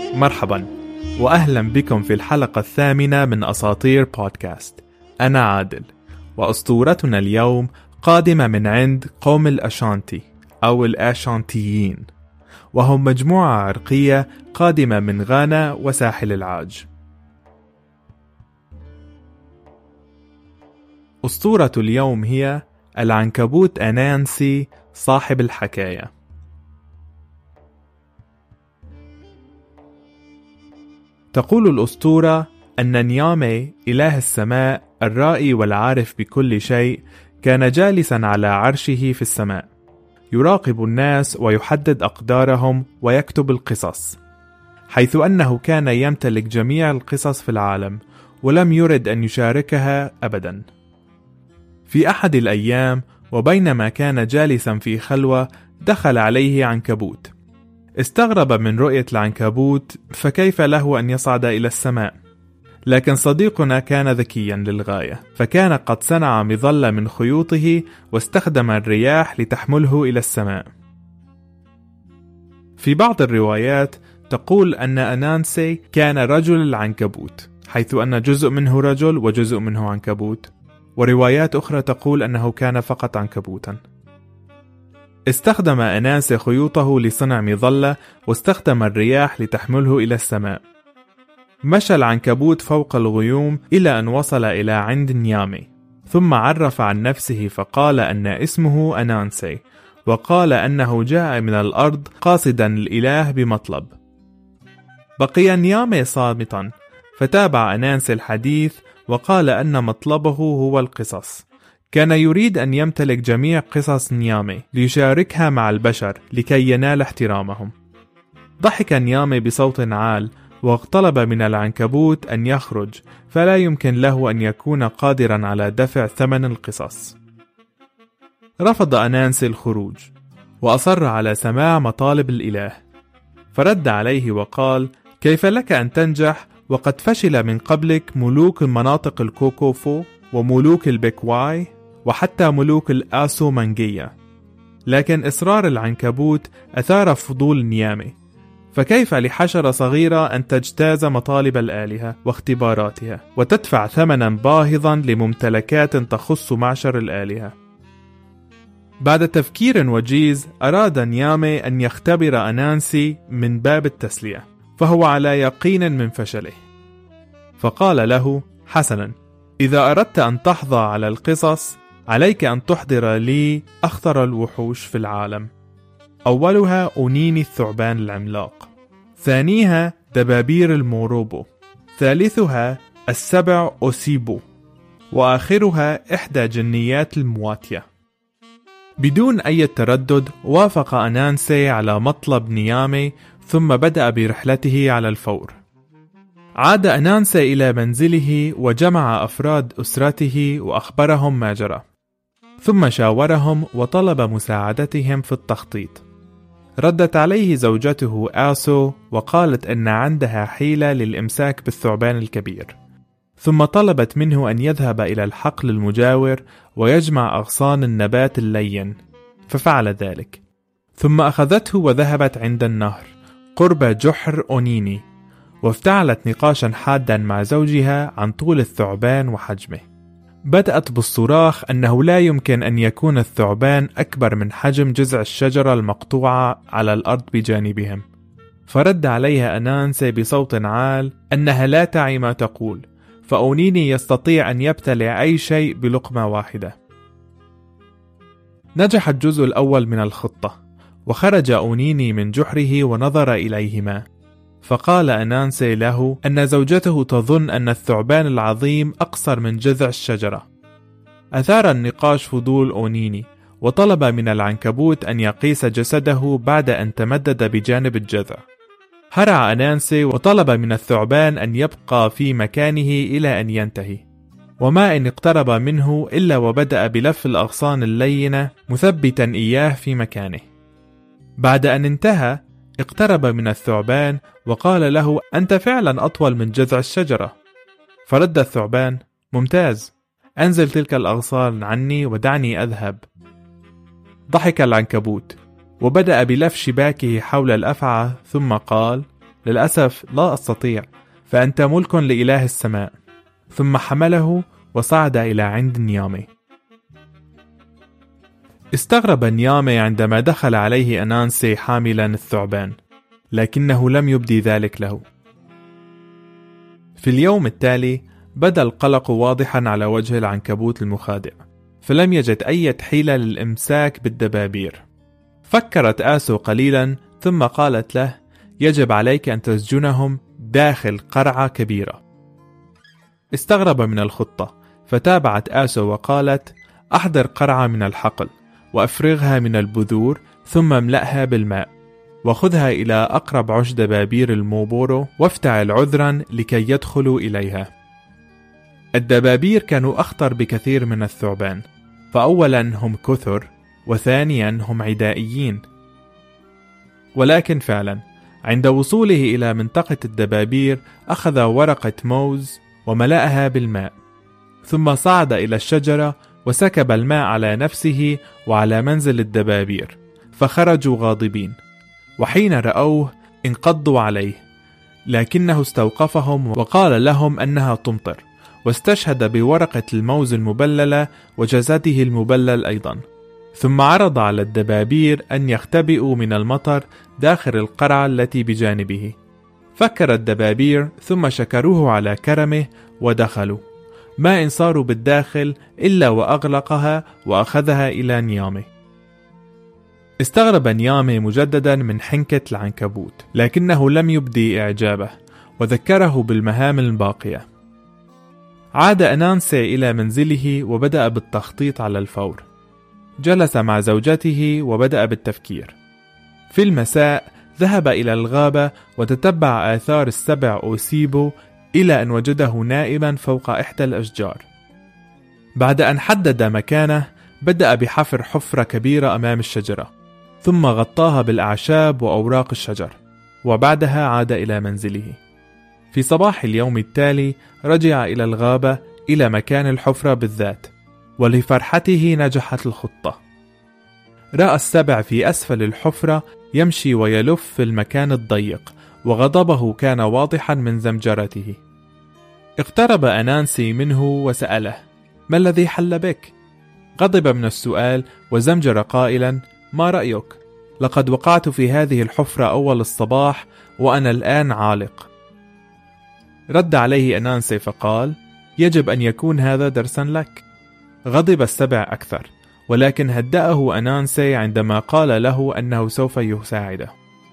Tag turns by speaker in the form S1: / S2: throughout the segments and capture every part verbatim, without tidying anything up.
S1: مرحبا وأهلا بكم في الحلقة الثامنة من أساطير بودكاست. أنا عادل، وأسطورتنا اليوم قادمة من عند قوم الأشانتي أو الأشانتيين، وهم مجموعة عرقية قادمة من غانا وساحل العاج. أسطورة اليوم هي العنكبوت أنانسي صاحب الحكاية. تقول الأسطورة أن نيامي إله السماء الرائي والعارف بكل شيء كان جالسا على عرشه في السماء، يراقب الناس ويحدد أقدارهم ويكتب القصص، حيث أنه كان يمتلك جميع القصص في العالم ولم يرد أن يشاركها أبدا. في أحد الأيام وبينما كان جالسا في خلوة دخل عليه عنكبوت. استغرب من رؤية العنكبوت، فكيف له أن يصعد إلى السماء؟ لكن صديقنا كان ذكيا للغاية، فكان قد صنع مظلة من خيوطه واستخدم الرياح لتحمله إلى السماء. في بعض الروايات تقول أن أنانسي كان رجل العنكبوت، حيث أن جزء منه رجل وجزء منه عنكبوت، وروايات أخرى تقول أنه كان فقط عنكبوتا. استخدم أنانسي خيوطه لصنع مظلة واستخدم الرياح لتحمله إلى السماء. مشى العنكبوت فوق الغيوم إلى أن وصل إلى عند نيامي، ثم عرف عن نفسه فقال أن اسمه أنانسي، وقال أنه جاء من الأرض قاصدا الإله بمطلب. بقي نيامي صامتا، فتابع أنانسي الحديث وقال أن مطلبه هو القصص. كان يريد أن يمتلك جميع قصص نيامي ليشاركها مع البشر لكي ينال احترامهم. ضحك نيامي بصوت عال واطلب من العنكبوت أن يخرج، فلا يمكن له أن يكون قادرا على دفع ثمن القصص. رفض أنانسي الخروج وأصر على سماع مطالب الإله، فرد عليه وقال: كيف لك أن تنجح وقد فشل من قبلك ملوك المناطق الكوكوفو وملوك البكواي وحتى ملوك الآسو منجية؟ لكن إصرار العنكبوت أثار فضول نيامي، فكيف لحشرة صغيرة أن تجتاز مطالب الآلهة واختباراتها وتدفع ثمنا باهظا لممتلكات تخص معشر الآلهة؟ بعد تفكير وجيز أراد نيامي أن يختبر أنانسي من باب التسلية، فهو على يقين من فشله، فقال له: حسنا، إذا أردت أن تحظى على القصص عليك أن تحضر لي أخطر الوحوش في العالم. أولها أونيني الثعبان العملاق، ثانيها دبابير الموروبو، ثالثها السبع أوسيبو، وآخرها إحدى جنيات المواتية. بدون أي تردد وافق أنانسي على مطلب نيامي، ثم بدأ برحلته على الفور. عاد أنانسي إلى منزله وجمع أفراد أسرته وأخبرهم ما جرى، ثم شاورهم وطلب مساعدتهم في التخطيط. ردت عليه زوجته آسو وقالت أن عندها حيلة للإمساك بالثعبان الكبير، ثم طلبت منه أن يذهب إلى الحقل المجاور ويجمع أغصان النبات اللين، ففعل ذلك. ثم أخذته وذهبت عند النهر قرب جحر أونيني، وافتعلت نقاشا حادا مع زوجها عن طول الثعبان وحجمه. بدأت بالصراخ أنه لا يمكن أن يكون الثعبان أكبر من حجم جذع الشجرة المقطوعة على الأرض بجانبهم، فرد عليها أنانسي بصوت عال أنها لا تعي ما تقول، فأونيني يستطيع أن يبتلع أي شيء بلقمة واحدة. نجح الجزء الأول من الخطة، وخرج أونيني من جحره ونظر إليهما، فقال أنانسي له أن زوجته تظن أن الثعبان العظيم أقصر من جذع الشجرة. أثار النقاش فضول أونيني، وطلب من العنكبوت أن يقيس جسده بعد أن تمدد بجانب الجذع. هرع أنانسي وطلب من الثعبان أن يبقى في مكانه إلى أن ينتهي، وما إن اقترب منه إلا وبدأ بلف الأغصان اللينة مثبتا إياه في مكانه. بعد أن انتهى اقترب من الثعبان وقال له: أنت فعلا أطول من جذع الشجرة. فرد الثعبان: ممتاز، أنزل تلك الأغصان عني ودعني أذهب. ضحك العنكبوت وبدأ بلف شباكه حول الأفعى، ثم قال: للأسف لا أستطيع، فأنت ملك لإله السماء. ثم حمله وصعد إلى عند نيامي. استغرب نيامي عندما دخل عليه أنانسي حاملا الثعبان، لكنه لم يبدي ذلك له. في اليوم التالي بدا القلق واضحا على وجه العنكبوت المخادع، فلم يجد أي حيلة للإمساك بالدبابير. فكرت آسو قليلا ثم قالت له: يجب عليك أن تسجنهم داخل قرعة كبيرة. استغرب من الخطة، فتابعت آسو وقالت: أحضر قرعة من الحقل وأفرغها من البذور، ثم املأها بالماء، وخذها إلى أقرب عش دبابير الموبورو وافتعل عذرا لكي يدخلوا إليها. الدبابير كانوا أخطر بكثير من الثعبان، فأولا هم كثر، وثانيا هم عدائيين. ولكن فعلا عند وصوله إلى منطقة الدبابير أخذ ورقة موز وملأها بالماء، ثم صعد إلى الشجرة وسكب الماء على نفسه وعلى منزل الدبابير، فخرجوا غاضبين. وحين رأوه انقضوا عليه، لكنه استوقفهم وقال لهم أنها تمطر، واستشهد بورقة الموز المبللة وجسده المبلل أيضا. ثم عرض على الدبابير أن يختبئوا من المطر داخل القرعة التي بجانبه. فكر الدبابير ثم شكروه على كرمه ودخلوا، ما إن صاروا بالداخل إلا وأغلقها وأخذها إلى نيامي. استغرب نيامي مجددا من حنكة العنكبوت، لكنه لم يبدي إعجابه وذكره بالمهام الباقية. عاد أنانسي إلى منزله وبدأ بالتخطيط على الفور. جلس مع زوجته وبدأ بالتفكير. في المساء ذهب إلى الغابة وتتبع آثار السبع أوسيبو إلى أن وجده نائما فوق إحدى الأشجار. بعد أن حدد مكانه بدأ بحفر حفرة كبيرة أمام الشجرة، ثم غطاها بالأعشاب وأوراق الشجر، وبعدها عاد إلى منزله. في صباح اليوم التالي رجع إلى الغابة إلى مكان الحفرة بالذات، ولفرحته نجحت الخطة. رأى السبع في أسفل الحفرة يمشي ويلف في المكان الضيق، وغضبه كان واضحا من زمجرته. اقترب أنانسي منه وسأله: ما الذي حل بك؟ غضب من السؤال وزمجر قائلا: ما رأيك؟ لقد وقعت في هذه الحفرة أول الصباح وأنا الآن عالق. رد عليه أنانسي فقال: يجب أن يكون هذا درسا لك. غضب السبع أكثر، ولكن هدأه أنانسي عندما قال له أنه سوف يساعده.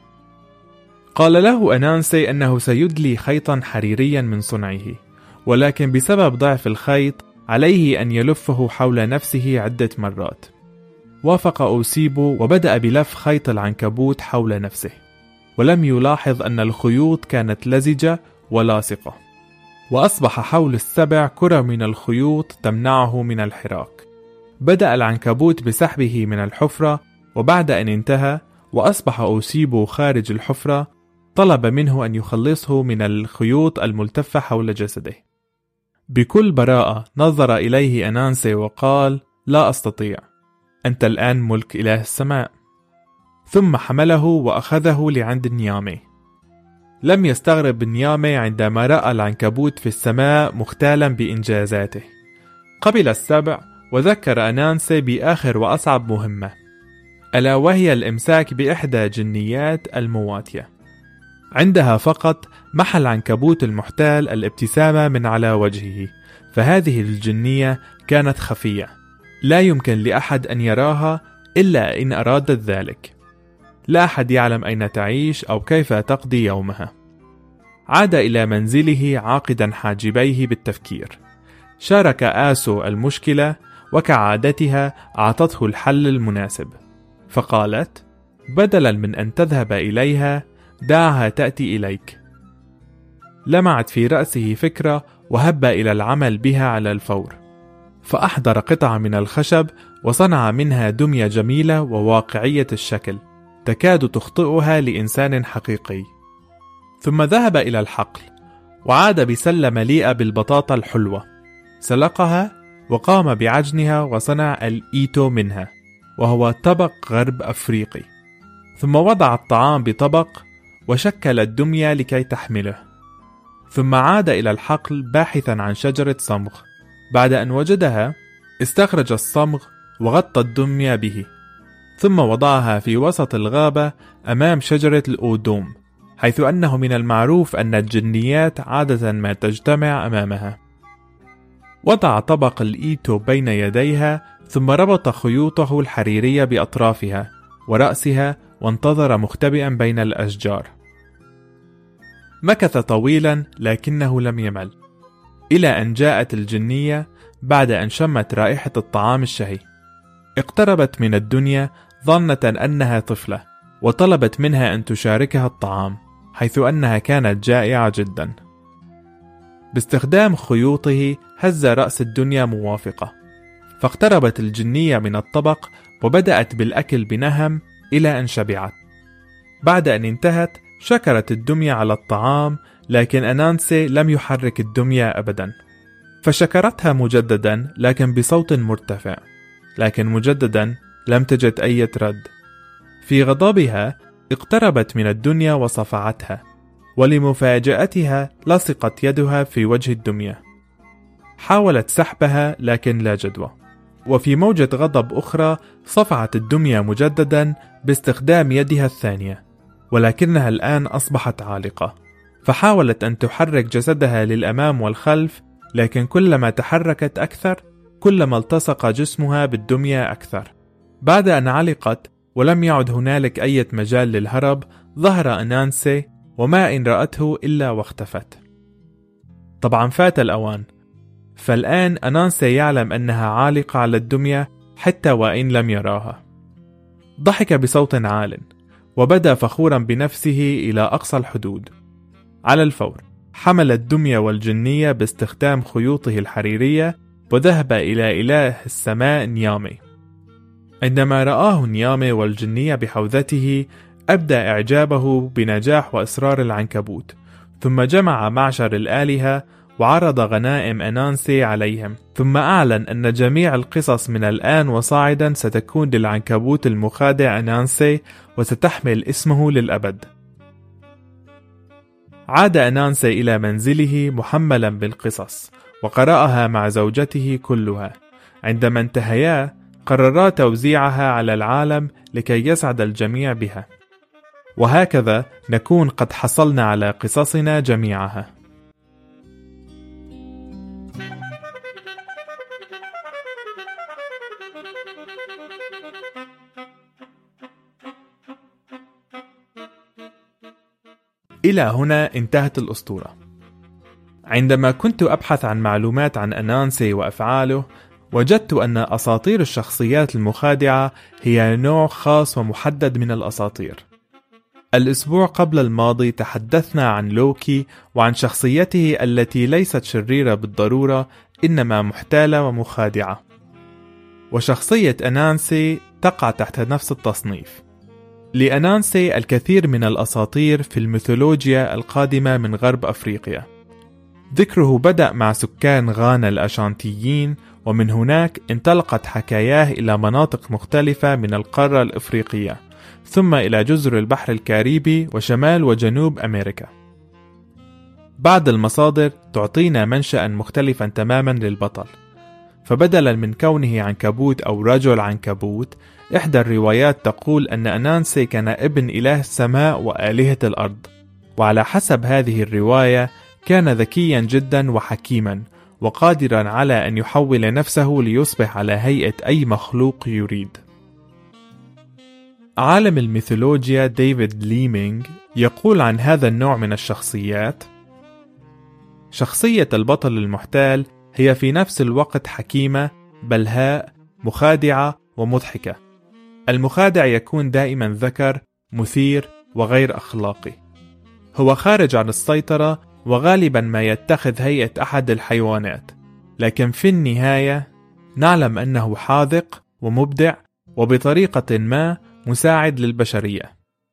S1: قال له أنانسي أنه سيدلي خيطا حريريا من صنعه، ولكن بسبب ضعف الخيط عليه أن يلفه حول نفسه عدة مرات. وافق أوسيبو وبدأ بلف خيط العنكبوت حول نفسه، ولم يلاحظ أن الخيوط كانت لزجة ولاصقة، وأصبح حول السبع كرة من الخيوط تمنعه من الحراك. بدأ العنكبوت بسحبه من الحفرة، وبعد أن انتهى وأصبح أوسيبو خارج الحفرة طلب منه أن يخلصه من الخيوط الملتفة حول جسده. بكل براءة نظر إليه أنانسي وقال: لا أستطيع، أنت الآن ملك إله السماء. ثم حمله وأخذه لعند نيامي. لم يستغرب نيامي عندما رأى العنكبوت في السماء مختالا بإنجازاته. قبل السبع وذكر أنانسي بآخر وأصعب مهمة، ألا وهي الإمساك بإحدى جنيات المواتية. عندها فقط محى العنكبوت المحتال الابتسامة من على وجهه، فهذه الجنية كانت خفية، لا يمكن لأحد أن يراها إلا إن أرادت ذلك. لا أحد يعلم أين تعيش أو كيف تقضي يومها. عاد إلى منزله عاقدا حاجبيه بالتفكير. شارك آسو المشكلة، وكعادتها أعطته الحل المناسب، فقالت: بدلا من أن تذهب إليها دعها تأتي إليك. لمعت في رأسه فكرة وهب إلى العمل بها على الفور، فأحضر قطعة من الخشب وصنع منها دمية جميلة وواقعية الشكل تكاد تخطئها لإنسان حقيقي. ثم ذهب إلى الحقل وعاد بسلة مليئة بالبطاطا الحلوة، سلقها وقام بعجنها وصنع الإيتو منها، وهو طبق غرب أفريقي. ثم وضع الطعام بطبق وشكل الدمية لكي تحمله، ثم عاد إلى الحقل باحثا عن شجرة صمغ. بعد أن وجدها استخرج الصمغ وغطى الدمية به، ثم وضعها في وسط الغابة أمام شجرة الأودوم، حيث أنه من المعروف أن الجنيات عادة ما تجتمع أمامها. وضع طبق الإيتو بين يديها، ثم ربط خيوطه الحريرية بأطرافها ورأسها، وانتظر مختبئا بين الأشجار. مكث طويلا لكنه لم يمل، إلى أن جاءت الجنية بعد أن شمت رائحة الطعام الشهي. اقتربت من الدنيا ظنة أنها طفلة، وطلبت منها أن تشاركها الطعام، حيث أنها كانت جائعة جدا. باستخدام خيوطه هز رأس الدنيا موافقة، فاقتربت الجنية من الطبق وبدأت بالأكل بنهم إلى أن شبعت. بعد أن انتهت شكرت الدمية على الطعام، لكن أنانسي لم يحرك الدمية أبدا، فشكرتها مجددا لكن بصوت مرتفع، لكن مجددا لم تجد أي رد. في غضبها اقتربت من الدنيا وصفعتها، ولمفاجأتها لصقت يدها في وجه الدمية. حاولت سحبها لكن لا جدوى، وفي موجة غضب أخرى صفعت الدمية مجددا باستخدام يدها الثانية، ولكنها الآن أصبحت عالقة، فحاولت أن تحرك جسدها للأمام والخلف، لكن كلما تحركت أكثر كلما التصق جسمها بالدمية أكثر. بعد أن علقت ولم يعد هنالك أي مجال للهرب، ظهر أنانسي وما إن رأته إلا واختفت. طبعا فات الأوان، فالآن أنانسي يعلم أنها عالقة على الدمية حتى وإن لم يراها. ضحك بصوت عال وبدا فخورا بنفسه إلى أقصى الحدود. على الفور حمل الدمية والجنية باستخدام خيوطه الحريرية وذهب إلى إله السماء نيامي. عندما رآه نيامي والجنية بحوزته أبدى إعجابه بنجاح وإصرار العنكبوت، ثم جمع معشر الآلهة وعرض غنائم أنانسي عليهم، ثم أعلن أن جميع القصص من الآن وصاعدا ستكون للعنكبوت المخادع أنانسي وستحمل اسمه للأبد. عاد أنانسي إلى منزله محملا بالقصص وقرأها مع زوجته كلها. عندما انتهيا قررا توزيعها على العالم لكي يسعد الجميع بها. وهكذا نكون قد حصلنا على قصصنا جميعها. إلى هنا انتهت الأسطورة. عندما كنت أبحث عن معلومات عن أنانسي وأفعاله، وجدت أن أساطير الشخصيات المخادعة هي نوع خاص ومحدد من الأساطير. الأسبوع قبل الماضي تحدثنا عن لوكي وعن شخصيته التي ليست شريرة بالضرورة، إنما محتالة ومخادعة. وشخصية أنانسي تقع تحت نفس التصنيف. لأنانسي الكثير من الأساطير في الميثولوجيا القادمة من غرب أفريقيا. ذكره بدأ مع سكان غانا الأشانتيين، ومن هناك انطلقت حكاياه إلى مناطق مختلفة من القارة الإفريقية، ثم إلى جزر البحر الكاريبي وشمال وجنوب أمريكا. بعض المصادر تعطينا منشأ مختلفا تماما للبطل، فبدلا من كونه عنكبوت أو رجل عنكبوت، إحدى الروايات تقول أن أنانسي كان ابن إله السماء وآلهة الأرض. وعلى حسب هذه الرواية كان ذكيا جدا وحكيما، وقادرا على أن يحول نفسه ليصبح على هيئة أي مخلوق يريد. عالم الميثولوجيا ديفيد ليمينغ يقول عن هذا النوع من الشخصيات: شخصية البطل المحتال هي في نفس الوقت حكيمة، بلهاء، مخادعة ومضحكة. المخادع يكون دائما ذكر، مثير وغير أخلاقي. هو خارج عن السيطرة وغالبا ما يتخذ هيئة أحد الحيوانات، لكن في النهاية نعلم أنه حاذق ومبدع وبطريقة ما مساعد للبشرية.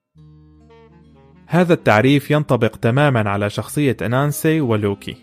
S1: هذا التعريف ينطبق تماما على شخصية أنانسي ولوكي.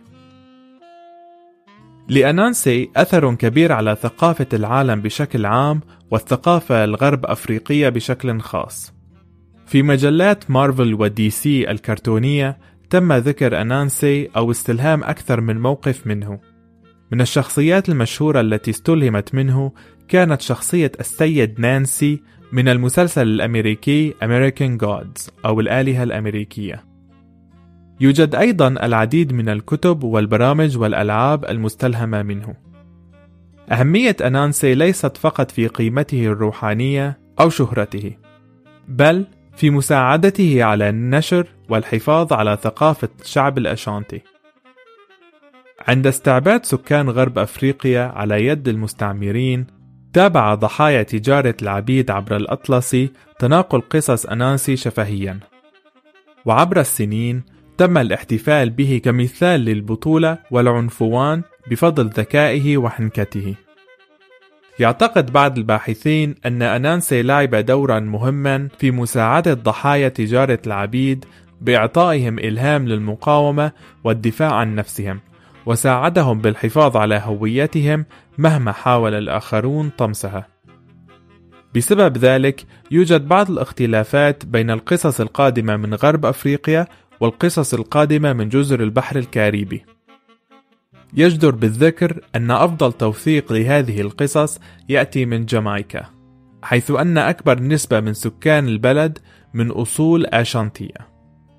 S1: لأنانسي أثر كبير على ثقافة العالم بشكل عام والثقافة الغرب أفريقية بشكل خاص، في مجلات مارفل ودي سي الكرتونية تم ذكر أنانسي أو استلهام أكثر من موقف منه. من الشخصيات المشهورة التي استلهمت منه كانت شخصية السيد نانسي من المسلسل الأمريكي American Gods أو الآلهة الأمريكية. يوجد أيضا العديد من الكتب والبرامج والألعاب المستلهمة منه. أهمية أنانسي ليست فقط في قيمته الروحانية أو شهرته، بل في مساعدته على النشر والحفاظ على ثقافة شعب الأشانتي. عند استعباد سكان غرب أفريقيا على يد المستعمرين، تابع ضحايا تجارة العبيد عبر الأطلسي تناقل قصص أنانسي شفهيا، وعبر السنين تم الاحتفال به كمثال للبطولة والعنفوان بفضل ذكائه وحنكته. يعتقد بعض الباحثين أن أنانسي لعب دورا مهما في مساعدة ضحايا تجارة العبيد بإعطائهم إلهام للمقاومة والدفاع عن نفسهم، وساعدهم بالحفاظ على هويتهم مهما حاول الآخرون طمسها. بسبب ذلك يوجد بعض الاختلافات بين القصص القادمة من غرب أفريقيا والقصص القادمة من جزر البحر الكاريبي. يجدر بالذكر أن أفضل توثيق لهذه القصص يأتي من جامايكا، حيث أن أكبر نسبة من سكان البلد من أصول آشانتية.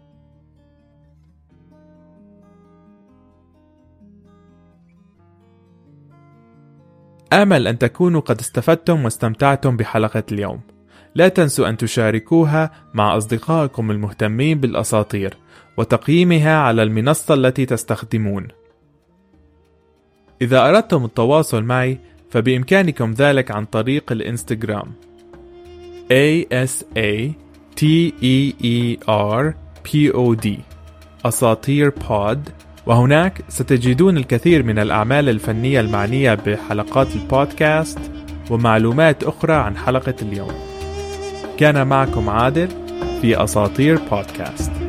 S1: آمل أن تكونوا قد استفدتم واستمتعتم بحلقة اليوم. لا تنسوا أن تشاركوها مع أصدقائكم المهتمين بالأساطير وتقييمها على المنصة التي تستخدمون. إذا أردتم التواصل معي فبإمكانكم ذلك عن طريق الإنستغرام A S A T E E R P O D أساطير بود، وهناك ستجدون الكثير من الأعمال الفنية المعنية بحلقات البودكاست ومعلومات أخرى عن حلقة اليوم. كان معكم عادل في أساطير بودكاست.